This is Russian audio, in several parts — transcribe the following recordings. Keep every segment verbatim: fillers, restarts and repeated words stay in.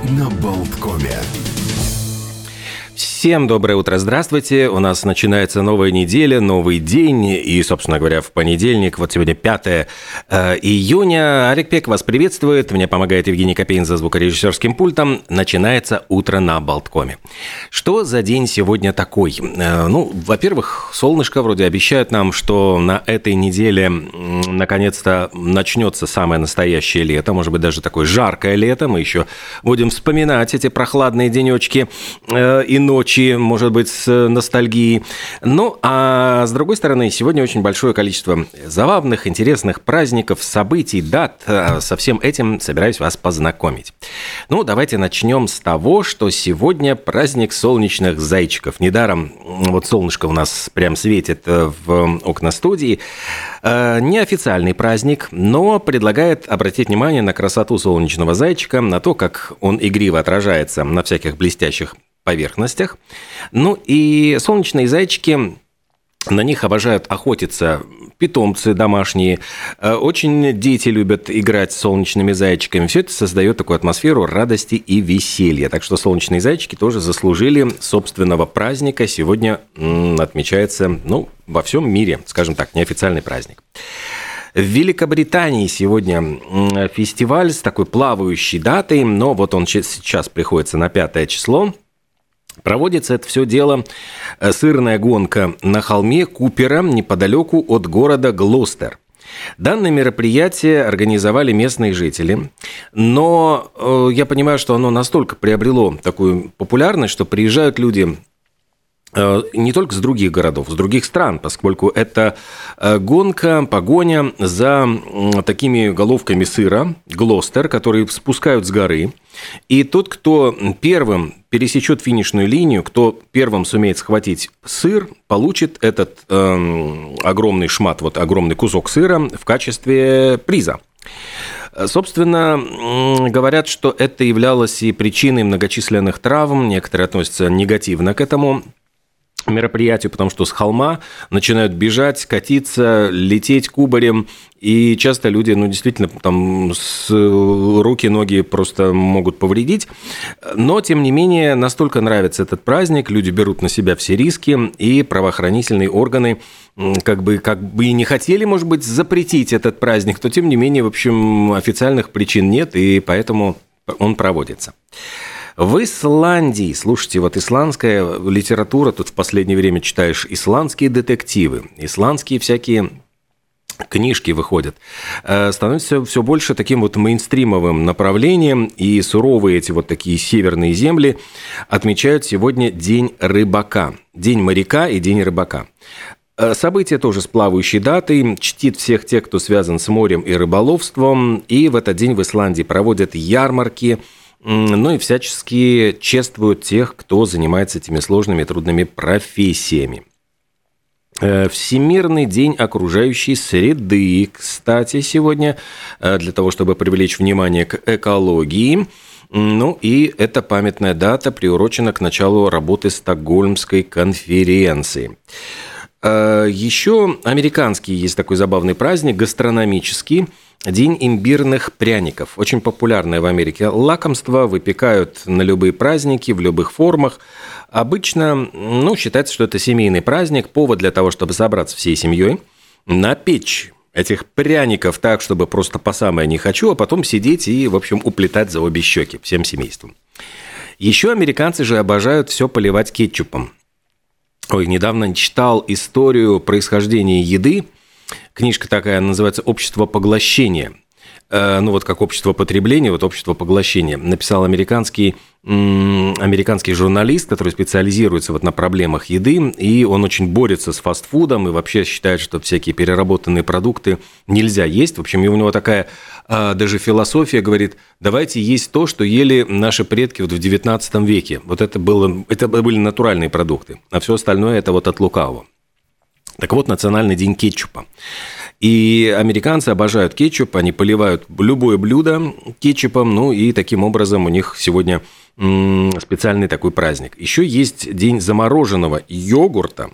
на Болткоме. Всем доброе утро, здравствуйте. У нас начинается новая неделя, новый день. И, собственно говоря, в понедельник, вот сегодня пятое июня. Арик Пек вас приветствует. Мне помогает Евгений Копейн за звукорежиссерским пультом. Начинается утро на Болткоме. Что за день сегодня такой? Ну, во-первых, солнышко вроде обещает нам, что на этой неделе наконец-то начнется самое настоящее лето. Может быть, даже такое жаркое лето. Мы еще будем вспоминать эти прохладные денечки и ночи, может быть, с ностальгией. Ну, а с другой стороны, сегодня очень большое количество забавных, интересных праздников, событий, дат. Со всем этим собираюсь вас познакомить. Ну, давайте начнем с того, что сегодня праздник солнечных зайчиков. Недаром вот солнышко у нас прям светит в окна студии. Неофициальный праздник, но предлагает обратить внимание на красоту солнечного зайчика, на то, как он игриво отражается на всяких блестящих поверхностях. Ну и солнечные зайчики, на них обожают охотиться питомцы домашние. Очень дети любят играть с солнечными зайчиками. Все это создает такую атмосферу радости и веселья. Так что солнечные зайчики тоже заслужили собственного праздника. Сегодня отмечается, ну, во всем мире, скажем так, неофициальный праздник. В Великобритании сегодня фестиваль с такой плавающей датой, но вот он сейчас приходится на пятое число. Проводится это все дело сырная гонка на холме Купера неподалеку от города Глостер. Данное мероприятие организовали местные жители, но э, я понимаю, что оно настолько приобрело такую популярность, что приезжают люди э, не только с других городов, с других стран, поскольку это э, гонка, погоня за э, такими головками сыра, Глостер, которые спускают с горы. И тот, кто первым пересечет финишную линию, кто первым сумеет схватить сыр, получит этот э, огромный шмат, вот огромный кусок сыра в качестве приза. Собственно, говорят, что это являлось и причиной многочисленных травм. Некоторые относятся негативно к этому мероприятию, потому что с холма начинают бежать, катиться, лететь кубарем, и часто люди, ну, действительно, там с руки, ноги просто могут повредить. Но, тем не менее, настолько нравится этот праздник, люди берут на себя все риски, и правоохранительные органы как бы, как бы и не хотели, может быть, запретить этот праздник, то, тем не менее, в общем, официальных причин нет, и поэтому он проводится. В Исландии, слушайте, вот исландская литература, тут в последнее время читаешь исландские детективы, исландские всякие книжки выходят, становится все больше таким вот мейнстримовым направлением, и суровые эти вот такие северные земли отмечают сегодня День рыбака, День моряка и День рыбака. Событие тоже с плавающей датой, чтит всех тех, кто связан с морем и рыболовством, и в этот день в Исландии проводят ярмарки, ну и всячески чествуют тех, кто занимается этими сложными и трудными профессиями. Всемирный день окружающей среды, кстати, сегодня, для того, чтобы привлечь внимание к экологии. Ну и эта памятная дата приурочена к началу работы Стокгольмской конференции. Еще американский есть такой забавный праздник, гастрономический. День имбирных пряников. Очень популярное в Америке лакомство, выпекают на любые праздники, в любых формах. Обычно, ну, считается, что это семейный праздник, повод для того, чтобы собраться всей семьей, напечь этих пряников так, чтобы просто по самое не хочу, а потом сидеть и, в общем, уплетать за обе щеки всем семейством. Еще американцы же обожают все поливать кетчупом. Ой, недавно читал историю происхождения еды. Книжка такая называется «Общество поглощения». Ну, вот как общество потребления, вот общество поглощения. Написал американский, американский журналист, который специализируется вот на проблемах еды, и он очень борется с фастфудом и вообще считает, что всякие переработанные продукты нельзя есть. В общем, у него такая даже философия, говорит, давайте есть то, что ели наши предки вот в девятнадцатом веке. Вот это, было, это были натуральные продукты, а все остальное это вот от лукавого. Так вот, национальный день кетчупа. И американцы обожают кетчуп, они поливают любое блюдо кетчупом, ну и таким образом у них сегодня специальный такой праздник. Еще есть день замороженного йогурта.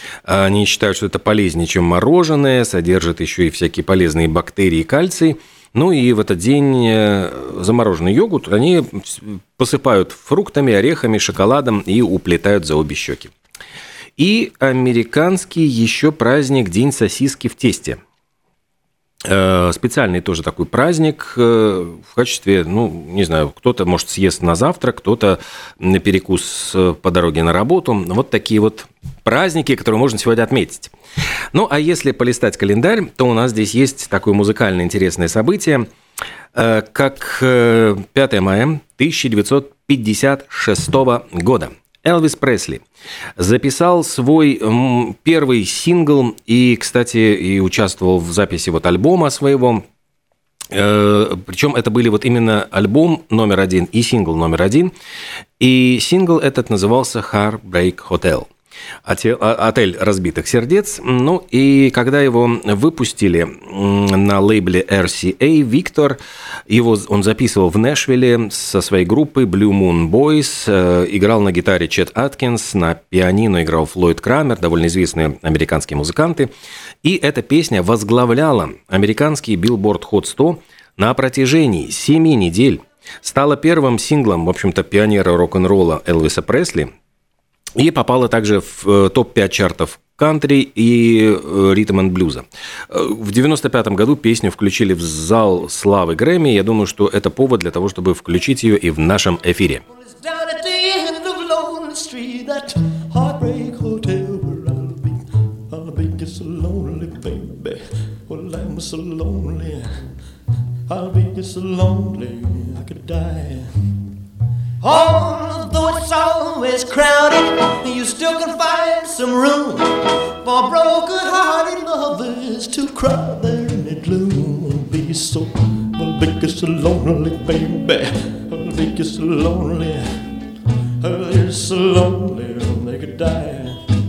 Они считают, что это полезнее, чем мороженое, содержит еще и всякие полезные бактерии и кальций. Ну и в этот день замороженный йогурт они посыпают фруктами, орехами, шоколадом и уплетают за обе щеки. И американский еще праздник День сосиски в тесте. Специальный тоже такой праздник в качестве, ну, не знаю, кто-то, может, съест на завтрак, кто-то на перекус по дороге на работу. Вот такие вот праздники, которые можно сегодня отметить. Ну, а если полистать календарь, то у нас здесь есть такое музыкально интересное событие, как пятое мая тысяча девятьсот пятьдесят шестого года. Элвис Пресли записал свой первый сингл и, кстати, и участвовал в записи вот альбома своего. Причем это были вот именно альбом номер один и сингл номер один. И сингл этот назывался «Heartbreak Hotel». Отель разбитых сердец. Ну и когда его выпустили на лейбле эр си эй, Виктор, его он записывал в Нэшвилле со своей группой Blue Moon Boys, играл на гитаре Чет Аткинс, на пианино играл Флойд Крамер, довольно известные американские музыканты. И эта песня возглавляла американский Billboard Hot сто на протяжении семи недель. Стала первым синглом, в общем-то, пионера рок-н-ролла Элвиса Пресли. И попала также в топ пять чартов кантри и ритм энд блюза. В девяносто пятом году песню включили в зал славы Грэмми. Я думаю, что это повод для того, чтобы включить ее и в нашем эфире. Although it's always crowded, you still can find some room for broken-hearted lovers to cry there in the gloom. Be so, I'll make you so lonely, baby. I'll make you so lonely. You're so lonely, they could die.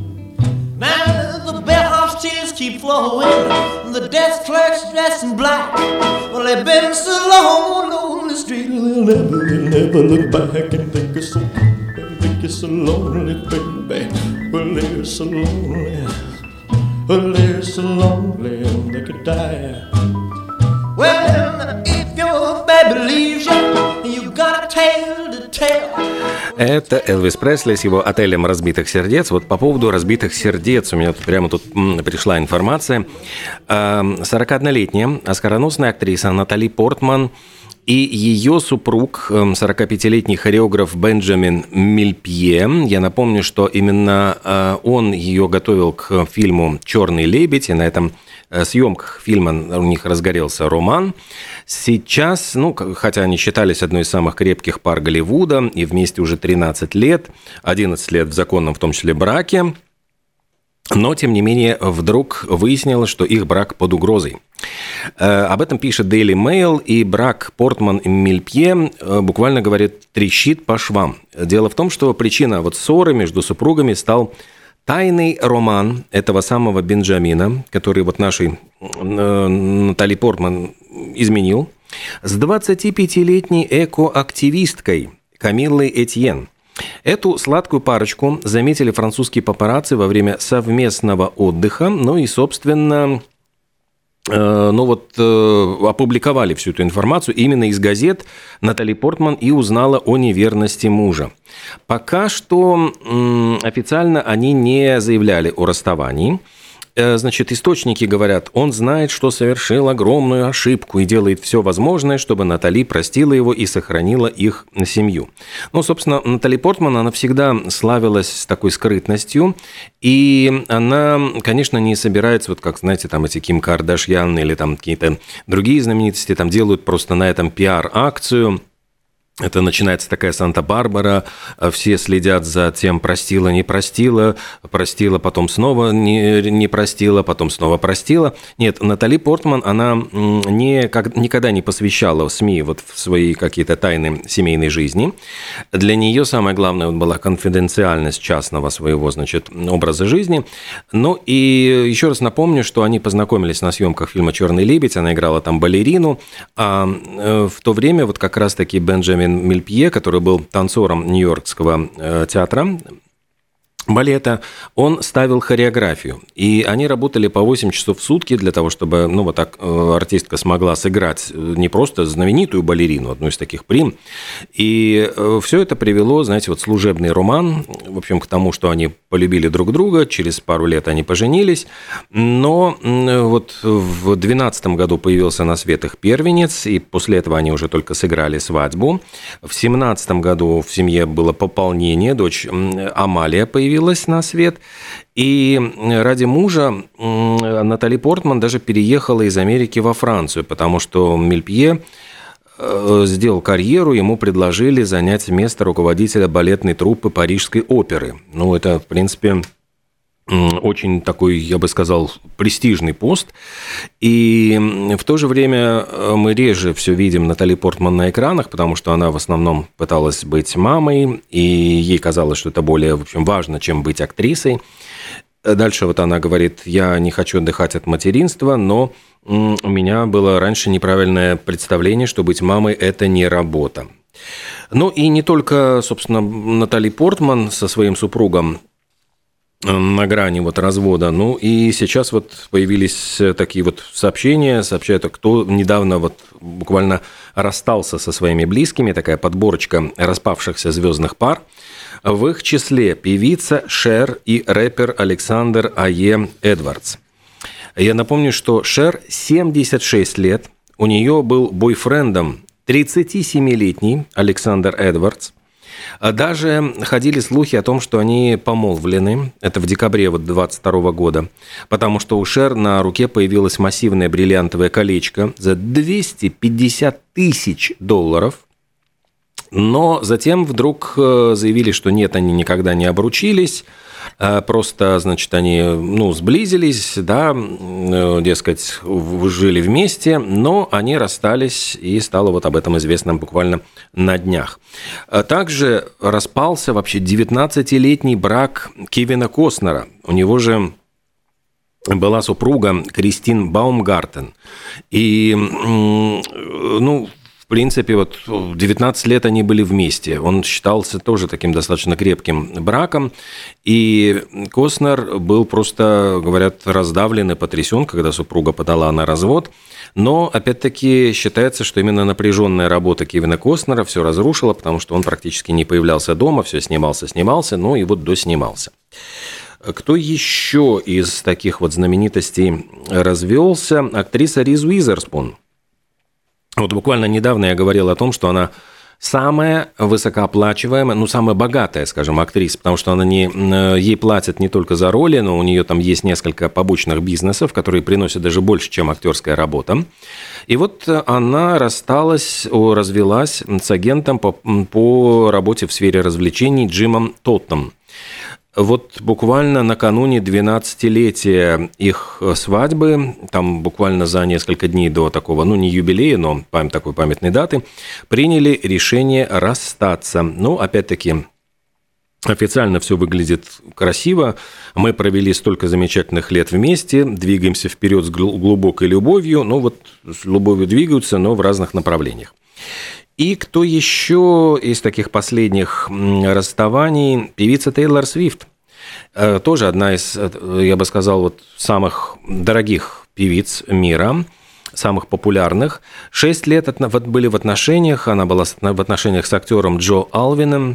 Now the bellhop's tears keep flowing, the desk clerk's dressed in black. Well, they've been so long on the street, they'll never, they'll never look back and think you're so, think you're so lonely, baby. Well, they're so lonely, well, they're so lonely, they could die. Well, if your baby leaves you, you got a tale to tell. Это Элвис Пресли с его «Отелем разбитых сердец». Вот по поводу разбитых сердец у меня тут, прямо тут пришла информация. сорокаоднолетняя оскароносная актриса Натали Портман и ее супруг, сорокапятилетний хореограф Бенджамин Мильпье. Я напомню, что именно он ее готовил к фильму «Черный лебедь», и на этом съемках фильма у них разгорелся роман. Сейчас, ну, хотя они считались одной из самых крепких пар Голливуда, и вместе уже тринадцать лет, одиннадцать лет в законном, в том числе, браке, но, тем не менее, вдруг выяснилось, что их брак под угрозой. Об этом пишет Daily Mail, и брак Портман и Мильпье буквально, говорит, трещит по швам. Дело в том, что причина вот ссоры между супругами стал тайный роман этого самого Бенджамина, который вот нашей Натали Портман изменил, с двадцатипятилетней экоактивисткой Камиллой Этьен. Эту сладкую парочку заметили французские папарацци во время совместного отдыха, ну и, собственно, э, ну вот, э, опубликовали всю эту информацию. Именно из газет Натали Портман и узнала о неверности мужа. Пока что э, официально они не заявляли о расставании. Значит, источники говорят, он знает, что совершил огромную ошибку и делает все возможное, чтобы Натали простила его и сохранила их семью. Ну, собственно, Натали Портман, она всегда славилась такой скрытностью, и она, конечно, не собирается, вот как, знаете, там эти Ким Кардашьян или там какие-то другие знаменитости там делают просто на этом пиар-акцию. Это начинается такая Санта-Барбара, все следят за тем, простила, не простила, простила, потом снова не, не простила, потом снова простила. Нет, Натали Портман, она не, как, никогда не посвящала СМИ вот в свои какие-то тайны семейной жизни. Для нее самое главное была конфиденциальность частного своего, значит, образа жизни. Ну и еще раз напомню, что они познакомились на съемках фильма «Черный лебедь», она играла там балерину, а в то время вот как раз-таки Бенджамин Мильпье, который был танцором Нью-Йоркского театра, балета, он ставил хореографию. И они работали по восемь часов в сутки для того, чтобы, ну, вот так артистка смогла сыграть не просто знаменитую балерину, одну из таких прим. И все это привело, знаете, вот служебный роман, в общем, к тому, что они полюбили друг друга, через пару лет они поженились. Но вот в двенадцатом году появился на свет их первенец, и после этого они уже только сыграли свадьбу. В семнадцатом году в семье было пополнение, дочь Амалия появилась на свет, и ради мужа Натали Портман даже переехала из Америки во Францию, потому что Мельпье сделал карьеру, ему предложили занять место руководителя балетной труппы Парижской оперы. Ну, это, в принципе, очень такой, я бы сказал, престижный пост. И в то же время мы реже все видим Натали Портман на экранах, потому что она в основном пыталась быть мамой, и ей казалось, что это более, в общем, важно, чем быть актрисой. Дальше вот она говорит: я не хочу отдыхать от материнства, но у меня было раньше неправильное представление, что быть мамой – это не работа. Ну и не только, собственно, Натали Портман со своим супругом на грани вот развода. Ну и сейчас вот появились такие вот сообщения, сообщают, кто недавно вот буквально расстался со своими близкими, такая подборочка распавшихся звездных пар. В их числе певица Шер и рэпер Александр Ае Эдвардс. Я напомню, что Шер семьдесят шесть лет, у нее был бойфрендом тридцатисемилетний Александр Эдвардс. Даже ходили слухи о том, что они помолвлены, это в декабре вот двадцать второго года, потому что у Шер на руке появилось массивное бриллиантовое колечко за двести пятьдесят тысяч долларов, но затем вдруг заявили, что нет, они никогда не обручились, просто, значит, они, ну, сблизились, да, дескать, жили вместе, но они расстались, и стало вот об этом известно буквально на днях. Также распался вообще девятнадцатилетний брак Кевина Костнера. У него же была супруга Кристин Баумгартен. И, ну, в принципе, вот девятнадцать лет они были вместе. Он считался тоже таким достаточно крепким браком. И Костнер был просто, говорят, раздавлен и потрясен, когда супруга подала на развод. Но, опять-таки, считается, что именно напряженная работа Кевина Костнера все разрушила, потому что он практически не появлялся дома, все снимался, снимался, но и вот доснимался. Кто еще из таких вот знаменитостей развелся? Актриса Риз Уизерспун. Вот буквально недавно я говорил о том, что она самая высокооплачиваемая, ну, самая богатая, скажем, актриса, потому что она не, ей платят не только за роли, но у нее там есть несколько побочных бизнесов, которые приносят даже больше, чем актерская работа. И вот она рассталась, развелась с агентом по, по работе в сфере развлечений Джимом Тоттом. Вот буквально накануне двенадцатилетия их свадьбы, там буквально за несколько дней до такого, ну не юбилея, но такой памятной даты, приняли решение расстаться. Ну, опять-таки, официально все выглядит красиво. Мы провели столько замечательных лет вместе, двигаемся вперед с глубокой любовью. Ну вот с любовью двигаются, но в разных направлениях. И кто еще из таких последних расставаний? Певица Тейлор Свифт. Тоже одна из, я бы сказал, вот самых дорогих певиц мира, самых популярных. Шесть лет были в отношениях, она была в отношениях с актером Джо Алвином.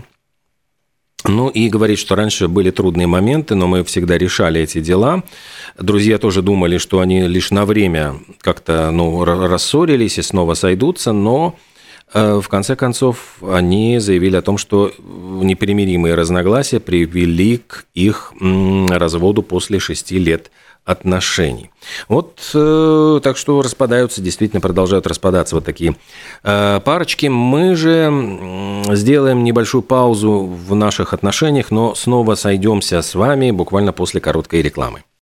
Ну и говорит, что раньше были трудные моменты, но мы всегда решали эти дела. Друзья тоже думали, что они лишь на время как-то, ну, рассорились и снова сойдутся, но в конце концов они заявили о том, что непримиримые разногласия привели к их разводу после шести лет отношений. Вот, так что распадаются, действительно продолжают распадаться вот такие парочки. Мы же сделаем небольшую паузу в наших отношениях, но снова сойдемся с вами буквально после короткой рекламы.